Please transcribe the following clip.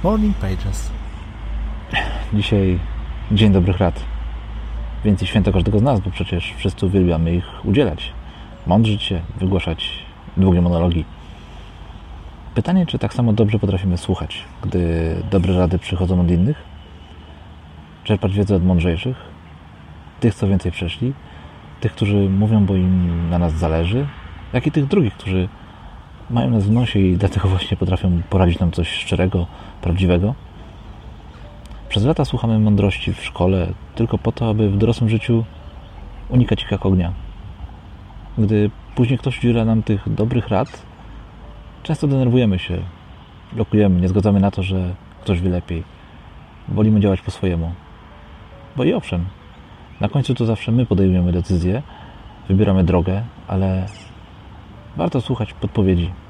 Morning Pages. Dzisiaj Dzień Dobrych Rad. Więc i święto każdego z nas, bo przecież wszyscy uwielbiamy ich udzielać. Mądrzyć się, wygłaszać długie monologi. Pytanie, czy tak samo dobrze potrafimy słuchać, gdy dobre rady przychodzą od innych? Czerpać wiedzę od mądrzejszych? Tych, co więcej przeszli? Tych, którzy mówią, bo im na nas zależy? Jak i tych drugich, którzy mają nas w nosie i dlatego właśnie potrafią poradzić nam coś szczerego, prawdziwego? Przez lata słuchamy mądrości w szkole tylko po to, aby w dorosłym życiu unikać ich jak ognia. Gdy później ktoś udziela nam tych dobrych rad, często denerwujemy się, blokujemy, nie zgadzamy na to, że ktoś wie lepiej. Wolimy działać po swojemu. Bo i owszem, na końcu to zawsze my podejmujemy decyzję, wybieramy drogę, ale warto słuchać podpowiedzi.